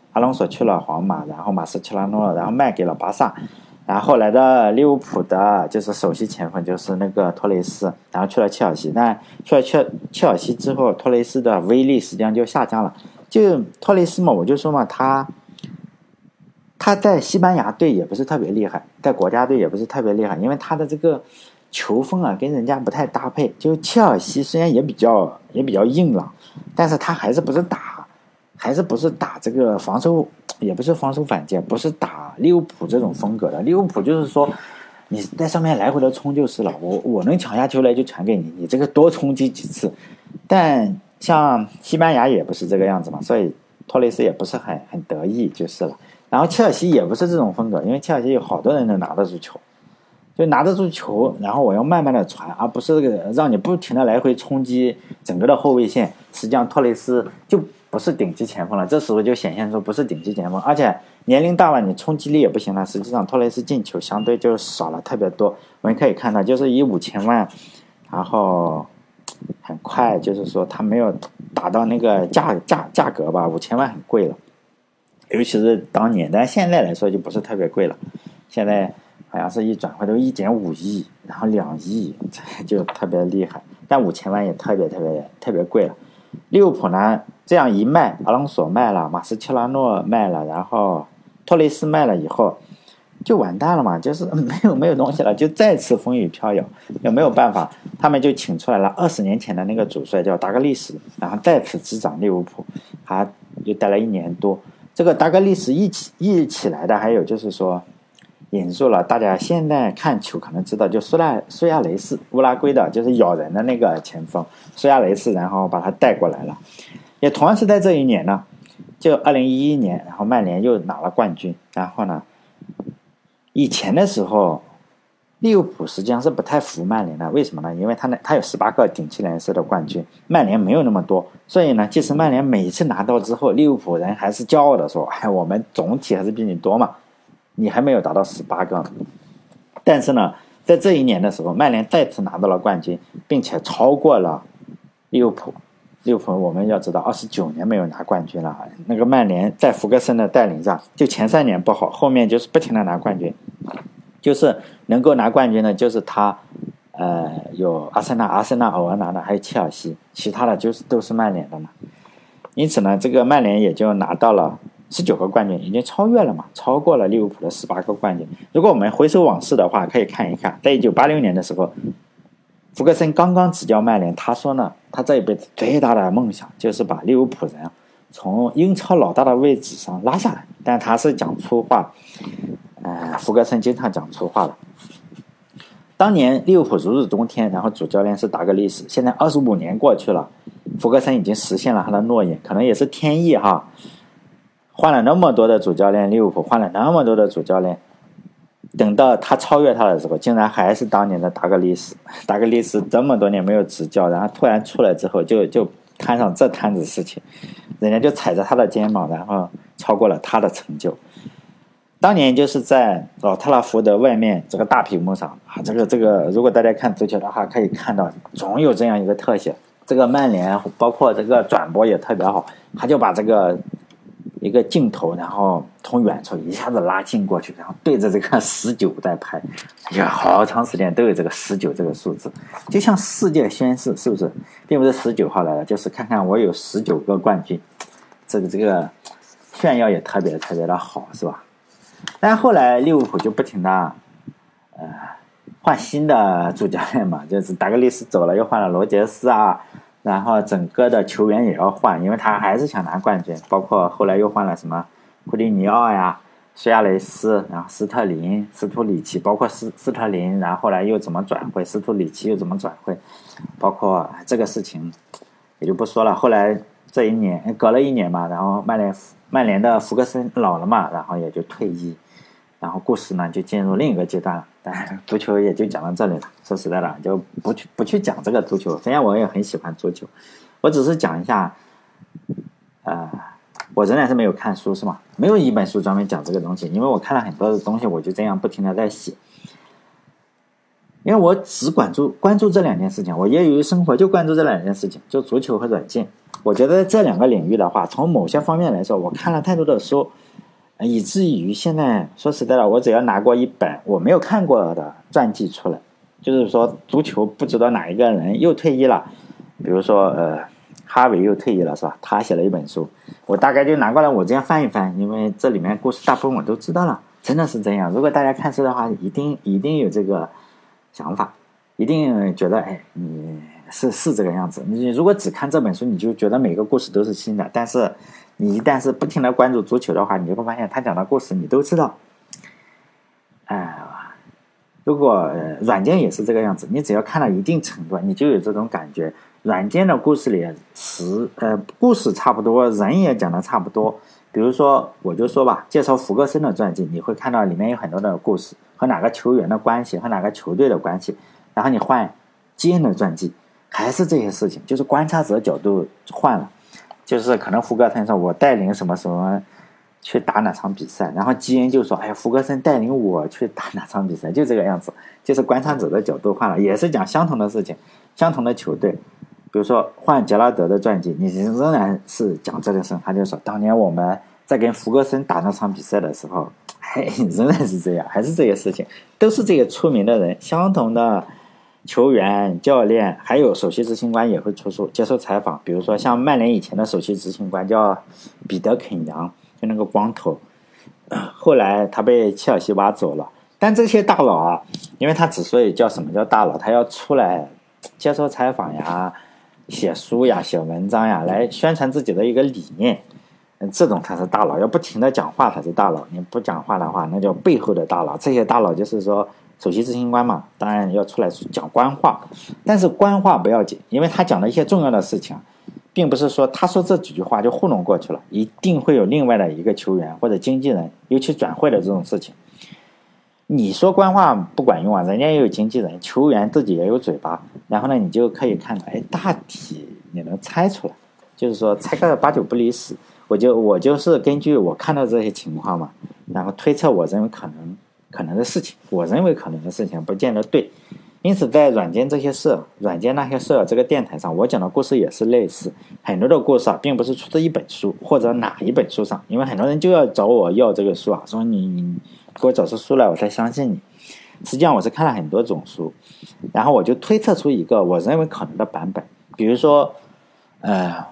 阿隆索去了皇马，然后马斯切拉诺，然后卖给了巴萨，然后后来的利物浦的就是首席前锋就是那个托雷斯，然后去了切尔西，但去了切切尔西之后，托雷斯的威力实际上就下降了。就托雷斯嘛，我就说嘛，他他在西班牙队也不是特别厉害，在国家队也不是特别厉害，因为他的这个球风啊跟人家不太搭配。就切尔西虽然也比较也比较硬朗，但是他还是不是打还是不是打这个防守，也不是防守反击，不是打利物浦这种风格的。利物浦就是说你在上面来回的冲就是了，我我能抢下球来就传给你，你这个多冲击几次。但像西班牙也不是这个样子嘛，所以托雷斯也不是很很得意就是了。然后切尔西也不是这种风格，因为切尔西有好多人能拿得住球，就拿得住球，然后我要慢慢的传，而不是这个让你不停的来回冲击整个的后卫线。实际上托雷斯就不是顶级前锋了，这时候就显现出不是顶级前锋，而且年龄大了，你冲击力也不行了。实际上托雷斯进球相对就少了特别多，我们可以看到，就是以五千万，然后很快就是说他没有达到那个价价价格吧，五千万很贵了，尤其是当年，但现在来说就不是特别贵了，现在好像是一转会都一点五亿，然后两亿，就特别厉害。但五千万也特别特别特别贵了。利物浦呢，这样一卖，阿隆索卖了，马斯切拉诺卖了，然后托雷斯卖了以后，就完蛋了嘛，就是没有没有东西了，就再次风雨飘摇，也没有办法，他们就请出来了二十年前的那个主帅叫达格利什，然后再次执掌利物浦，他就待了一年多。这个达格利什一起一起来的，还有就是说引入了大家现在看球可能知道，就苏亚苏亚雷斯，乌拉圭的，就是咬人的那个前锋苏亚雷斯，然后把他带过来了。也同样是在这一年呢，就二零一一年，然后曼联又拿了冠军。然后呢，以前的时候利物浦实际上是不太服曼联的，为什么呢？因为他呢，他有十八个顶级联赛的冠军，曼联没有那么多，所以呢，即使曼联每一次拿到之后，利物浦人还是骄傲的说：“哎，我们总体还是比你多嘛，你还没有达到十八个。”但是呢，在这一年的时候，曼联再次拿到了冠军，并且超过了利物浦。利物浦我们要知道，二十九年没有拿冠军了。那个曼联在福格森的带领下，就前三年不好，后面就是不停的拿冠军。就是能够拿冠军的，就是他，呃，有阿森纳、阿森纳偶尔拿的，还有切尔西，其他的就是都是曼联的嘛。因此呢，这个曼联也就拿到了十九个冠军，已经超越了嘛，超过了利物浦的十八个冠军。如果我们回首往事的话，可以看一看，在一九八六年的时候，福格森刚刚执教曼联，他说呢，他这一辈子最大的梦想就是把利物浦人从英超老大的位置上拉下来，但他是讲粗话。呃，福格森经常讲粗话了。当年利物浦如日中天，然后主教练是达格利什，现在二十五年过去了，福格森已经实现了他的诺言，可能也是天意哈。换了那么多的主教练，利物浦换了那么多的主教练，等到他超越他的时候，竟然还是当年的达格利什。达格利什这么多年没有执教，然后突然出来之后就就摊上这摊子事情，人家就踩着他的肩膀，然后超过了他的成就。当年就是在老特拉福德外面这个大屏幕上啊，这个这个，如果大家看足球的话，可以看到总有这样一个特写。这个曼联包括这个转播也特别好，他就把这个一个镜头，然后从远处一下子拉近过去，然后对着这个十九在拍，哎呀，好长时间都有这个十九这个数字，就像世界宣誓，是不是？并不是十九号来了，就是看看我有十九个冠军，这个这个炫耀也特别特别的好，是吧？但后来利物浦就不停的呃换新的主教练嘛，就是达格利什走了，又换了罗杰斯啊，然后整个的球员也要换，因为他还是想拿冠军，包括后来又换了什么库蒂尼奥呀、苏亚雷斯，然后斯特林、斯图里奇，包括斯斯特林，然后后来又怎么转会，斯图里奇又怎么转会，包括这个事情也就不说了。后来这一年隔了一年嘛，然后曼联曼联的福格森老了嘛，然后也就退役，然后故事呢就进入另一个阶段了。但足球也就讲到这里了，说实在的，就不去不去讲这个足球。虽然我也很喜欢足球，我只是讲一下，呃，我仍然是没有看书，是吗？没有一本书专门讲这个东西，因为我看了很多的东西，我就这样不停的在写。 因为我只关注关注这两件事情，我业余生活就关注这两件事情，就足球和软件。我觉得这两个领域的话，从某些方面来说，我看了太多的书，以至于现在说实在的，我只要拿过一本我没有看过的传记出来，就是说足球不知道哪一个人又退役了，比如说呃哈维又退役了是吧？他写了一本书，我大概就拿过来我这样翻一翻，因为这里面故事大部分我都知道了，真的是这样。如果大家看书的话，一定一定有这个想法，一定觉得哎，你是是这个样子。你如果只看这本书，你就觉得每个故事都是新的，但是你一旦是不停的关注足球的话，你就会发现他讲的故事你都知道。哎、呃，如果、呃、软件也是这个样子，你只要看到一定程度，你就有这种感觉。软件的故事里是呃故事差不多，人也讲的差不多。比如说我就说吧，介绍福格森的传记，你会看到里面有很多的故事和哪个球员的关系，和哪个球队的关系。然后你换基恩的传记，还是这些事情，就是观察者角度换了，就是可能福格森说我带领什么什么去打哪场比赛，然后基恩就说哎，福格森带领我去打哪场比赛，就这个样子，就是观察者的角度换了，也是讲相同的事情，相同的球队。比如说换杰拉德的传记，你仍然是讲这个事，他就说当年我们在跟福格森打那场比赛的时候，哎，仍然是这样，还是这些事情，都是这个出名的人，相同的球员、教练，还有首席执行官也会出书接受采访。比如说像曼联以前的首席执行官叫彼得肯扬，就那个光头，后来他被切尔西挖走了。但这些大佬啊，因为他之所以叫什么叫大佬，他要出来接受采访呀，写书呀，写文章呀，来宣传自己的一个理念，这种才是大佬。要不停的讲话才是大佬，你不讲话的话那叫背后的大佬。这些大佬就是说首席执行官嘛，当然要出来讲官话，但是官话不要紧，因为他讲的一些重要的事情并不是说他说这几句话就糊弄过去了，一定会有另外的一个球员或者经纪人尤其转会的这种事情。你说官话不管用啊，人家也有经纪人，球员自己也有嘴巴，然后呢，你就可以看到，哎，大体你能猜出来，就是说猜个八九不离十。我就我就是根据我看到这些情况嘛，然后推测我认为可能可能的事情，我认为可能的事情不见得对。因此，在软件这些事、软件那些事这个电台上，我讲的故事也是类似。很多的故事啊，并不是出自一本书或者哪一本书上，因为很多人就要找我要这个书啊，说你你给我找出书来，我才相信你。实际上，我是看了很多种书，然后我就推测出一个我认为可能的版本。比如说，呃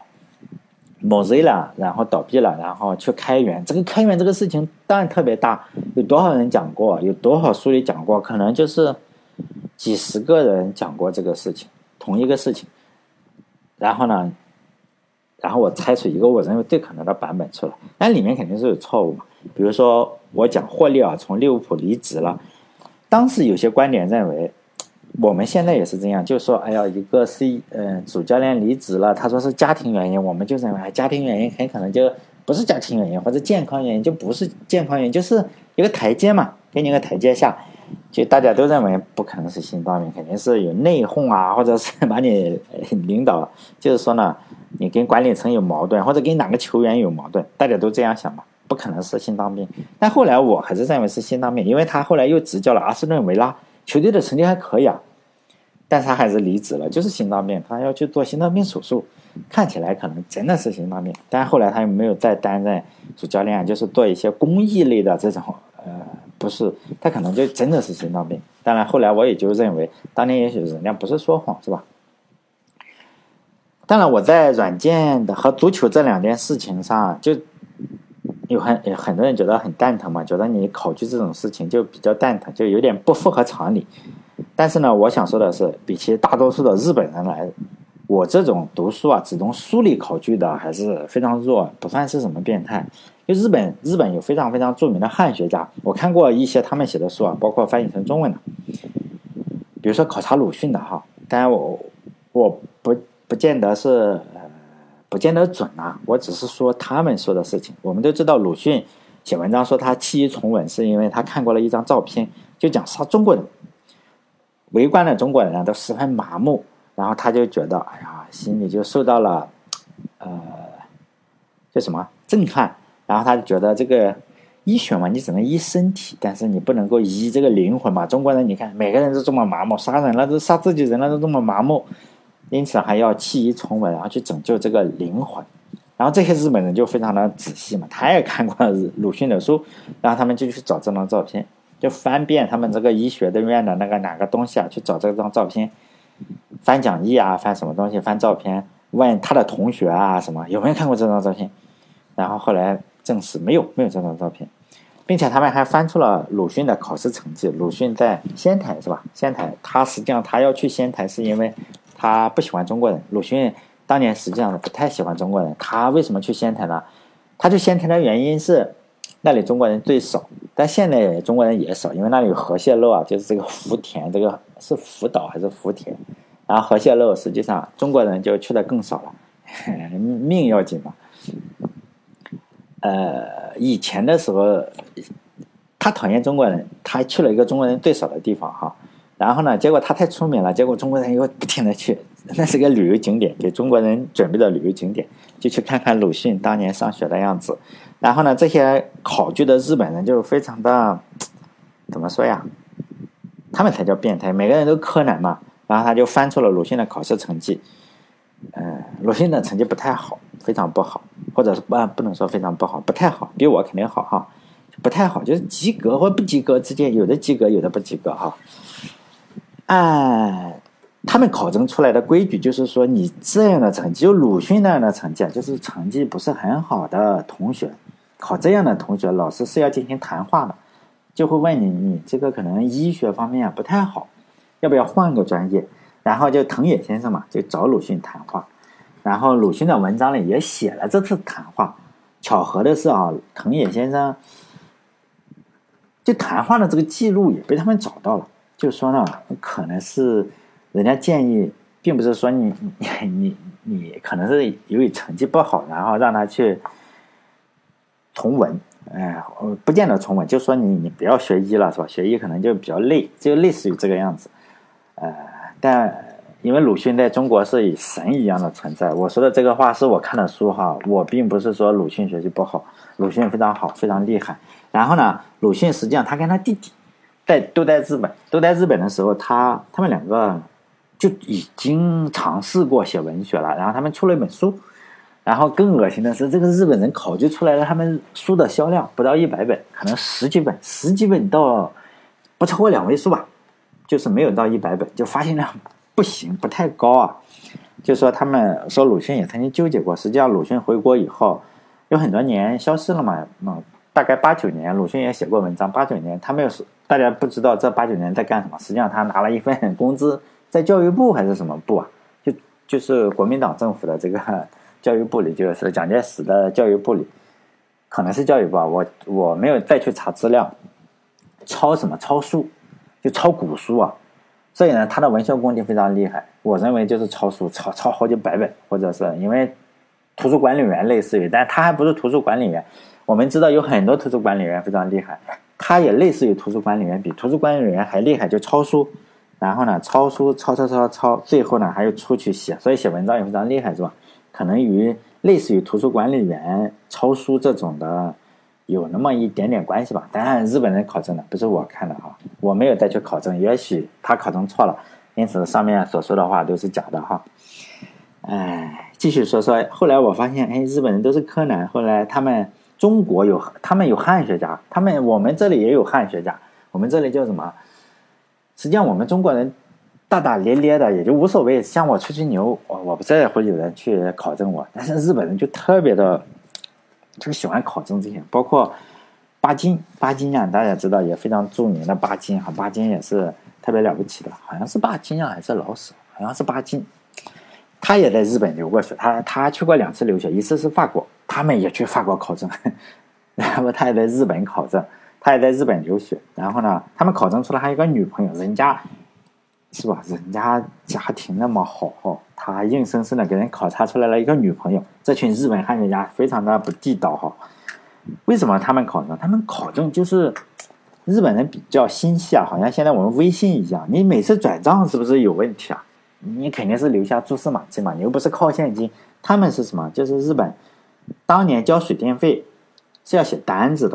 ，Mozilla 然后倒闭了，然后去开源。这个开源这个事情当然特别大，有多少人讲过？有多少书里讲过？可能就是几十个人讲过这个事情，同一个事情。然后呢，然后我猜出一个我认为最可能的版本出来，但里面肯定是有错误嘛。比如说，我讲霍利尔从利物浦离职了，当时有些观点认为，我们现在也是这样，就说，哎呀，一个是呃主教练离职了，他说是家庭原因，我们就认为、哎、家庭原因很可能就不是家庭原因，或者健康原因就不是健康原因，就是一个台阶嘛，给你一个台阶下。就大家都认为不可能是心脏病，肯定是有内讧啊，或者是把你领导，就是说呢，你跟管理层有矛盾，或者跟哪个球员有矛盾，大家都这样想嘛，不可能是心脏病。但后来我还是认为是心脏病，因为他后来又执教了阿斯顿维拉，球队的成绩还可以啊，但是他还是离职了，就是心脏病，他要去做心脏病手术，看起来可能真的是心脏病，但后来他又没有再担任主教练，就是做一些公益类的这种呃。不是，他可能就真的是心脏病。当然，后来我也就认为，当年也许人家不是说谎，是吧？当然，我在软件的和足球这两件事情上，就有很很多人觉得很蛋疼嘛，觉得你考据这种事情就比较蛋疼，就有点不符合常理。但是呢，我想说的是，比起大多数的日本人来，我这种读书啊，只从书里考据的还是非常弱，不算是什么变态。就日本，日本有非常非常著名的汉学家，我看过一些他们写的书啊，包括翻译成中文的，比如说考察鲁迅的哈，当然我我不不见得是呃不见得准啊，我只是说他们说的事情。我们都知道鲁迅写文章说他弃医从文，是因为他看过了一张照片，就讲杀中国人，围观的中国人都十分麻木，然后他就觉得哎呀，心里就受到了呃叫什么震撼。然后他就觉得这个医学嘛，你只能医身体，但是你不能够医这个灵魂嘛。中国人你看，每个人都这么麻木，杀人了都杀自己人了都这么麻木，因此还要弃医从文，然后去拯救这个灵魂。然后这些日本人就非常的仔细嘛，他也看过鲁迅的书，然后他们就去找这张照片，就翻遍他们这个医学的院的那个哪个东西啊，去找这张照片，翻讲义啊，翻什么东西，翻照片，问他的同学啊什么有没有看过这张照片，然后后来证实没有没有这张照片。并且他们还翻出了鲁迅的考试成绩。鲁迅在仙台是吧？仙台，他实际上他要去仙台是因为他不喜欢中国人。鲁迅当年实际上不太喜欢中国人。他为什么去仙台呢？他去仙台的原因是那里中国人最少，但现在中国人也少，因为那里有河蟹肉啊，就是这个福田，这个是福岛还是福田？然后河蟹肉实际上中国人就去的更少了，命要紧嘛。呃，以前的时候，他讨厌中国人，他去了一个中国人最少的地方哈。然后呢，结果他太出名了，结果中国人又不停的去，那是个旅游景点，给中国人准备的旅游景点，就去看看鲁迅当年上学的样子。然后呢，这些考据的日本人就非常的怎么说呀？他们才叫变态，每个人都柯南嘛。然后他就翻出了鲁迅的考试成绩，呃，鲁迅的成绩不太好，非常不好。或者是不不能说非常不好，不太好，比我肯定好哈，不太好，就是及格或不及格之间，有的及格，有的不及格哈。按他们考证出来的规矩就是说，你这样的成绩，就鲁迅那样的成绩，就是成绩不是很好的同学，考这样的同学，老师是要进行谈话的，就会问你，你这个可能医学方面不太好，要不要换个专业？然后就藤野先生嘛，就找鲁迅谈话。然后鲁迅的文章里也写了这次谈话。巧合的是啊，藤野先生就谈话的这个记录也被他们找到了。就说呢，可能是人家建议，并不是说你你你你可能是由于成绩不好，然后让他去重文，哎，不见得重文，就说你你不要学医了，是吧？学医可能就比较累，就类似于这个样子。呃，但因为鲁迅在中国是以神一样的存在，我说的这个话是我看的书哈，我并不是说鲁迅学习不好，鲁迅非常好，非常厉害。然后呢，鲁迅实际上他跟他弟弟在都在日本，都在日本的时候，他他们两个就已经尝试过写文学了，然后他们出了一本书。然后更恶心的是，这个日本人考据出来了，他们书的销量不到一百本，可能十几本，十几本到不超过两位数吧，就是没有到一百本，就发现量不行，不太高啊。就说他们说鲁迅也曾经纠结过，实际上鲁迅回国以后有很多年消失了嘛，嗯，大概八九年，鲁迅也写过文章，八九年他没有，大家不知道这八九年在干什么，实际上他拿了一份工资，在教育部还是什么部啊，就就是国民党政府的这个教育部里，就是蒋介石的教育部里，可能是教育部啊，我我没有再去查资料，抄什么抄书，就抄古书啊。所以呢，他的文学功底非常厉害，我认为就是抄书，抄抄好几百本，或者是因为图书管理员类似于，但他还不是图书管理员。我们知道有很多图书管理员非常厉害，他也类似于图书管理员，比图书管理员还厉害，就抄书。然后呢，抄书抄抄抄抄，最后呢还要出去写，所以写文章也非常厉害，是吧？可能与类似于图书管理员抄书这种的有那么一点点关系吧。当然日本人考证的，不是我看的哈，我没有再去考证，也许他考证错了，因此上面所说的话都是假的哈。哎，继续说说，后来我发现，哎，日本人都是柯南。后来他们中国有，他们有汉学家，他们我们这里也有汉学家，我们这里叫什么？实际上我们中国人大大咧咧的也就无所谓，像我吹吹牛，我我不在乎有人去考证我，但是日本人就特别的就喜欢考证这些，包括巴金，巴金啊，大家知道也非常著名的巴金哈，巴金也是特别了不起的，好像是巴金啊还是老舍，好像是巴金，他也在日本留过学，他他去过两次留学，一次是法国，他们也去法国考证，然后他也在日本考证，他也在日本留学，然后呢，他们考证出来还有一个女朋友，人家。是吧？人家家庭那么好，他硬生生的给人考察出来了一个女朋友。这群日本汉学家非常的不地道哈。为什么他们考证？他们考证就是日本人比较心细啊，好像现在我们微信一样，你每次转账是不是有问题啊？你肯定是留下蛛丝马迹嘛，你又不是靠现金。他们是什么？就是日本当年交水电费是要写单子的，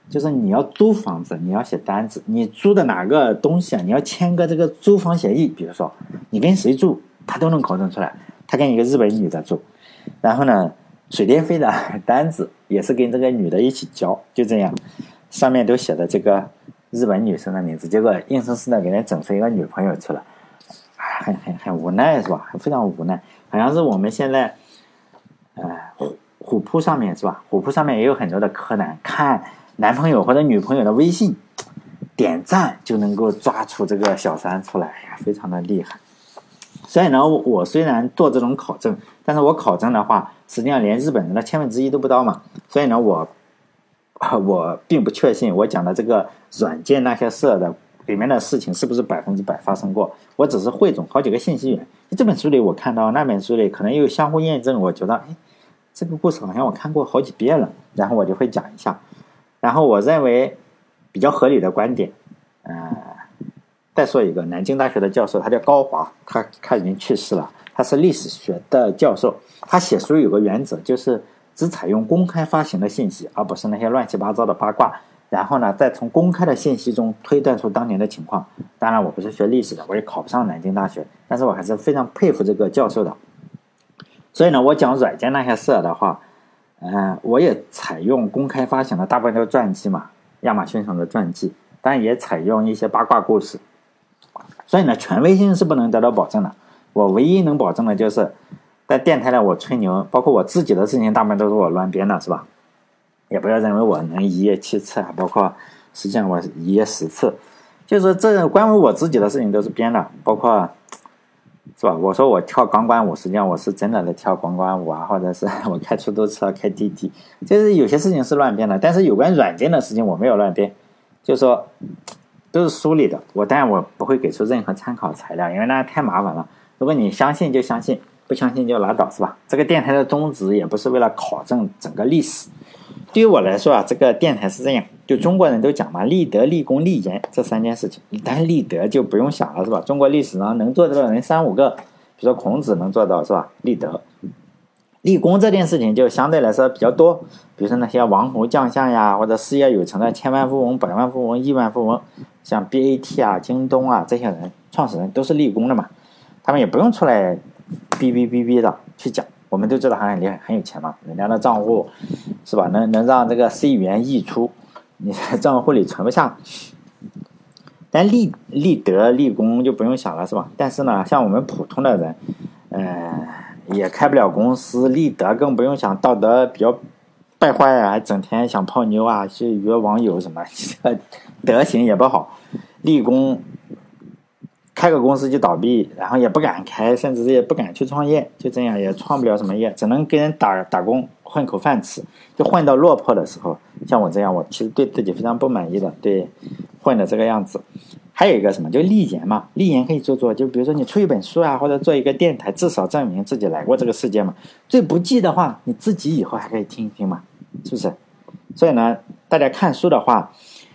就是你要租房子，你要写单子，你租的哪个东西啊，你要签个这个租房协议，比如说你跟谁住，他都能考证出来。他跟一个日本女的住，然后呢，水电费的单子也是跟这个女的一起交，就这样，上面都写的这个日本女生的名字，结果硬生生的给人整出一个女朋友出来，很很很无奈是吧？非常无奈，好像是我们现在，呃，虎虎扑上面是吧？虎扑上面也有很多的柯南，看男朋友或者女朋友的微信，点赞就能够抓出这个小三出来，非常的厉害。所以呢，我虽然做这种考证，但是我考证的话，实际上连日本人的千分之一都不到嘛。所以呢，我我并不确信我讲的这个软件那些事的里面的事情是不是百分之百发生过。我只是汇总好几个信息源，这本书里我看到，那本书里可能又相互验证，我觉得，哎，这个故事好像我看过好几遍了，然后我就会讲一下。然后我认为比较合理的观点，呃。再说一个，南京大学的教授，他叫高华，他他已经去世了，他是历史学的教授。他写书有个原则，就是只采用公开发行的信息，而不是那些乱七八糟的八卦。然后呢，再从公开的信息中推断出当年的情况。当然，我不是学历史的，我也考不上南京大学，但是我还是非常佩服这个教授的。所以呢，我讲软件那些事的话，呃，我也采用公开发行的，大部分都是传记嘛，亚马逊上的传记，当然也采用一些八卦故事。所以呢，权威性是不能得到保证的。我唯一能保证的就是在电台呢，我吹牛，包括我自己的事情大部分都是我乱编的，是吧？也不要认为我能一夜七次啊，包括实际上我一夜十次，就是这关于我自己的事情都是编的，包括是吧？我说我跳钢管舞，实际上我是真的在跳钢管舞啊，或者是我开出租车、开滴滴，就是有些事情是乱编的。但是有关软件的事情我没有乱编，就是说都是书里的，我当然我不会给出任何参考材料，因为那太麻烦了。如果你相信就相信，不相信就拉倒，是吧？这个电台的宗旨也不是为了考证整个历史。对于我来说啊，这个电台是这样，就中国人都讲嘛，立德、立功、立言这三件事情。但是立德就不用想了，是吧？中国历史上能做到的人三五个，比如说孔子能做到，是吧？立德。立功这件事情就相对来说比较多，比如说那些王侯将相呀，或者事业有成的千万富翁、百万富翁、亿万富翁，像 B A T 啊、京东啊这些人，创始人都是立功的嘛，他们也不用出来哔哔哔哔的去讲，我们都知道他很厉害、很有钱嘛，人家的账户是吧，能能让这个 C 元溢出，你账户里存不下。但立立德、立功就不用想了，是吧？但是呢，像我们普通的人，呃。也开不了公司，立德更不用想，道德比较败坏啊，还整天想泡妞啊，去约网友什么，这个德行也不好。立功开个公司就倒闭，然后也不敢开，甚至也不敢去创业，就这样也创不了什么业，只能跟人打打工混口饭吃。就混到落魄的时候，像我这样，我其实对自己非常不满意的，对混的这个样子。还有一个什么，就立言嘛，立言可以做做，就比如说你出一本书啊，或者做一个电台，至少证明自己来过这个世界嘛。最不济的话，你自己以后还可以听一听嘛，是不是？所以呢，大家看书的话，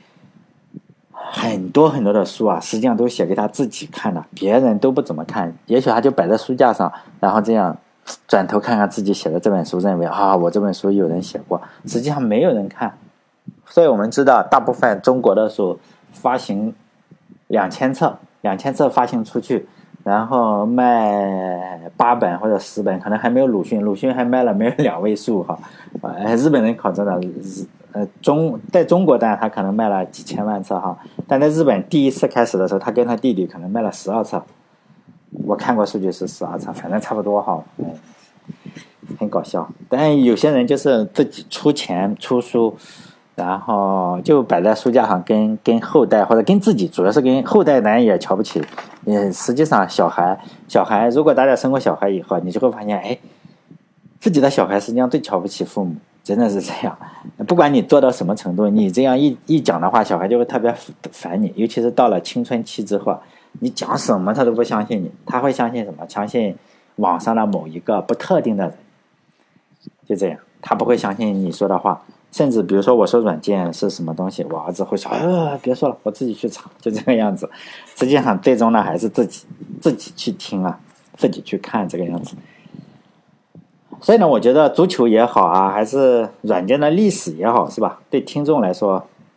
很多很多的书啊，实际上都写给他自己看的，别人都不怎么看，也许他就摆在书架上，然后这样转头看看自己写的这本书，认为啊，我这本书有人写过，实际上没有人看。所以我们知道，大部分中国的书发行两千册，两千册发行出去，然后卖八本或者十本，可能还没有鲁迅，鲁迅还卖了没有两位数哈。呃，日本人考证的，呃，中在中国当然他可能卖了几千万册哈，但在日本第一次开始的时候，他跟他弟弟可能卖了十二册，我看过数据是十二册，反正差不多哈，嗯，很搞笑。但有些人就是自己出钱出书。然后就摆在书架上跟跟后代或者跟自己，主要是跟后代咱也瞧不起。嗯，实际上小孩小孩，如果大家生过小孩以后，你就会发现，哎，自己的小孩实际上最瞧不起父母，真的是这样。不管你做到什么程度，你这样一一讲的话，小孩就会特别烦你，尤其是到了青春期之后，你讲什么他都不相信你，他会相信什么？相信网上的某一个不特定的人，就这样，他不会相信你说的话。甚至比如说我说软件是什么东西，我儿子会说啊，别说了，我自己去查，就这个样子。实际上最终呢还是自己自己去听啊，自己去看这个样子。所以呢，我觉得足球也好啊，还是软件的历史也好，是吧？对听众来说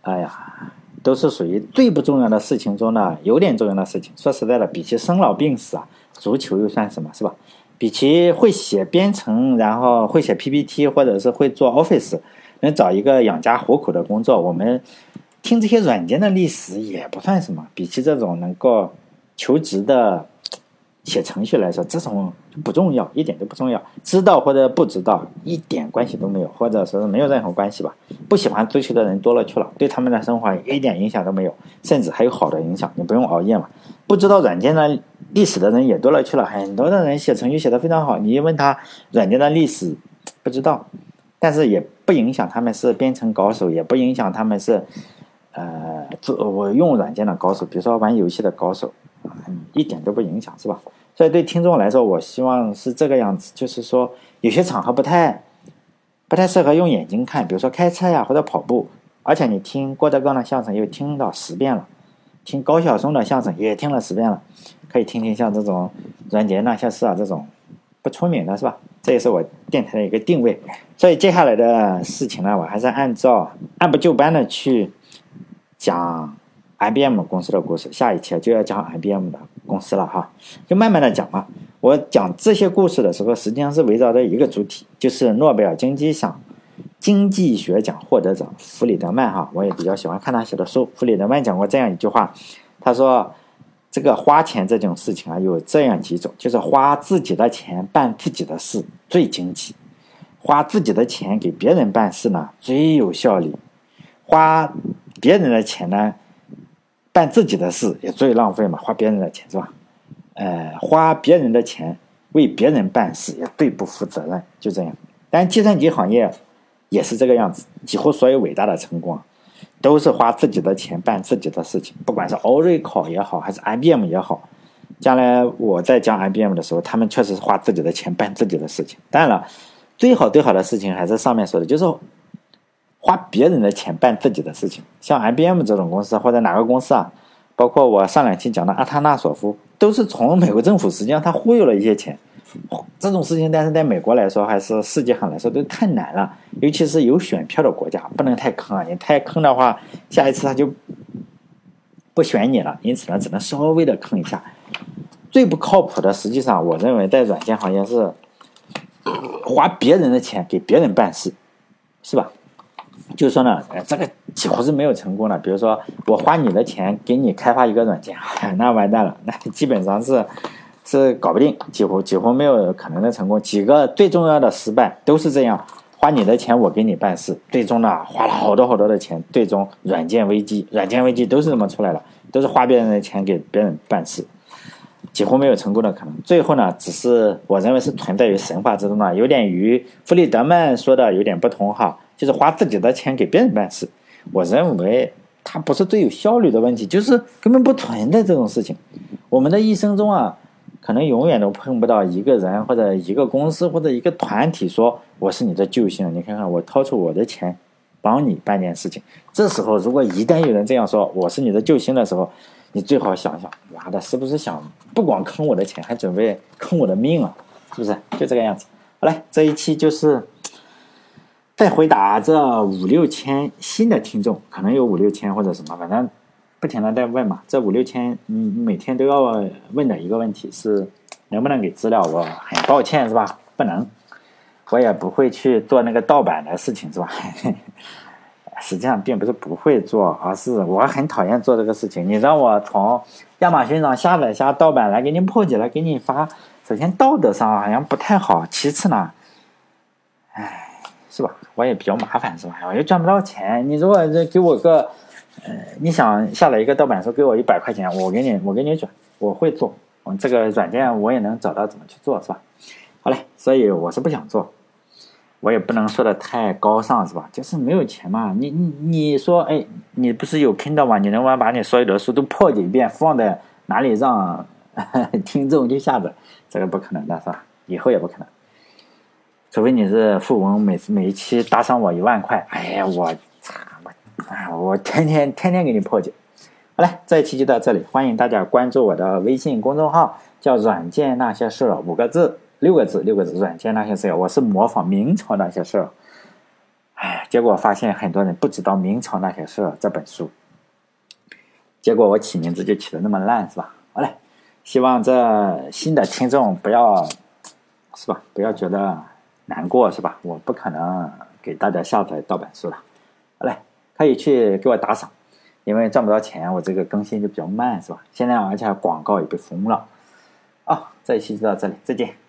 哎呀，都是属于最不重要的事情中的有点重要的事情。说实在的，比起生老病死啊，足球又算什么，是吧？比起会写编程，然后会写 P P T， 或者是会做 Office， 能找一个养家糊口的工作，我们听这些软件的历史也不算什么。比起这种能够求职的写程序来说，这种不重要，一点都不重要。知道或者不知道一点关系都没有，或者说是没有任何关系吧。不喜欢足球的人多了去了，对他们的生活一点影响都没有，甚至还有好的影响。你不用熬夜嘛。不知道软件的历史的人也多了去了，很多的人写程序写得非常好，你问他软件的历史不知道，但是也不影响他们是编程高手，也不影响他们是呃我用软件的高手，比如说玩游戏的高手，嗯，一点都不影响，是吧？所以对听众来说，我希望是这个样子，就是说有些场合不太不太适合用眼睛看，比如说开车呀或者跑步，而且你听郭德纲的相声又听到十遍了，听高晓松的相声也听了十遍了，可以听听像这种软件那些事啊，这种不出名的，是吧？这也是我电台的一个定位。所以接下来的事情呢，我还是按照按部就班的去讲 I B M 公司的故事，下一期就要讲 I B M 的公司了哈，就慢慢的讲嘛。我讲这些故事的时候，实际上是围绕着一个主题，就是诺贝尔经济奖经济学奖获得者弗里德曼哈，我也比较喜欢看他写的书。弗里德曼讲过这样一句话，他说这个花钱这种事情啊，有这样几种，就是花自己的钱办自己的事最经济，花自己的钱给别人办事呢最有效率，花别人的钱呢办自己的事也最浪费嘛，花别人的钱是吧？呃，花别人的钱为别人办事也最不负责任，就这样。但计算机行业也是这个样子，几乎所有伟大的成功都是花自己的钱办自己的事情，不管是 Oracle 也好，还是 I B M 也好。将来我在讲 I B M 的时候，他们确实是花自己的钱办自己的事情。当然了，最好最好的事情还是上面说的，就是花别人的钱办自己的事情。像 I B M 这种公司或者哪个公司啊，包括我上两期讲的阿塔纳索夫，都是从美国政府实际上他忽悠了一些钱。这种事情但是在美国来说还是世界上来说都太难了，尤其是有选票的国家不能太坑啊，你太坑的话下一次他就不选你了，因此呢只能稍微的坑一下。最不靠谱的实际上我认为在软件行业是花别人的钱给别人办事，是吧？就是说呢，这个几乎是没有成功的。比如说我花你的钱给你开发一个软件，那完蛋了，那基本上是是搞不定，几乎几乎没有可能的成功。几个最重要的失败都是这样，花你的钱我给你办事，最终呢花了好多好多的钱，最终软件危机，软件危机都是这么出来的，都是花别人的钱给别人办事，几乎没有成功的可能。最后呢，只是我认为是存在于神话之中的，有点与弗里德曼说的有点不同哈，就是花自己的钱给别人办事。我认为它不是最有效率的问题，就是根本不存在这种事情。我们的一生中啊，可能永远都碰不到一个人或者一个公司或者一个团体说我是你的救星，你看看我掏出我的钱帮你办件事情。这时候如果一旦有人这样说我是你的救星的时候，你最好想想，妈的是不是想不光坑我的钱还准备坑我的命啊，是不是？就这个样子。好嘞，这一期就是再回答这五六千新的听众，可能有五六千或者什么，反正不停的在问嘛。这五六千，嗯，每天都要问的一个问题是能不能给资料？我很抱歉，是吧？不能，我也不会去做那个盗版的事情，是吧？实际上并不是不会做，而是我很讨厌做这个事情。你让我从亚马逊上下载下盗版来给你破解来给你发，首先道德上好像不太好，其次呢，唉。是吧？我也比较麻烦，是吧？我又赚不到钱。你如果给我个，呃，你想下载一个盗版书，给我一百块钱，我给你，我给你转，我会做。我这个软件我也能找到怎么去做，是吧？好嘞，所以我是不想做，我也不能说的太高尚，是吧？就是没有钱嘛。你你你说，哎，你不是有 Kindle 吗？你能不能把你所有的书都破解一遍，放在哪里让呵呵听众去下载？这个不可能的，是吧？以后也不可能。除非你是富翁，每次每一期打赏我一万块，哎呀，我操，我我天天天天给你破解。好嘞，这一期就到这里，欢迎大家关注我的微信公众号，叫软件那些事儿，五个字，六个字，六个字，软件那些事儿，我是模仿明朝那些事儿。 哎，结果发现很多人不知道《明朝那些事》这本书，结果我起名字就起得那么烂，是吧？好嘞，希望这新的听众不要，是吧？不要觉得难过，是吧？我不可能给大家下载盗版书了。好嘞，可以去给我打赏，因为赚不到钱，我这个更新就比较慢，是吧？现在而且广告也被封了。啊，这一期就到这里，再见。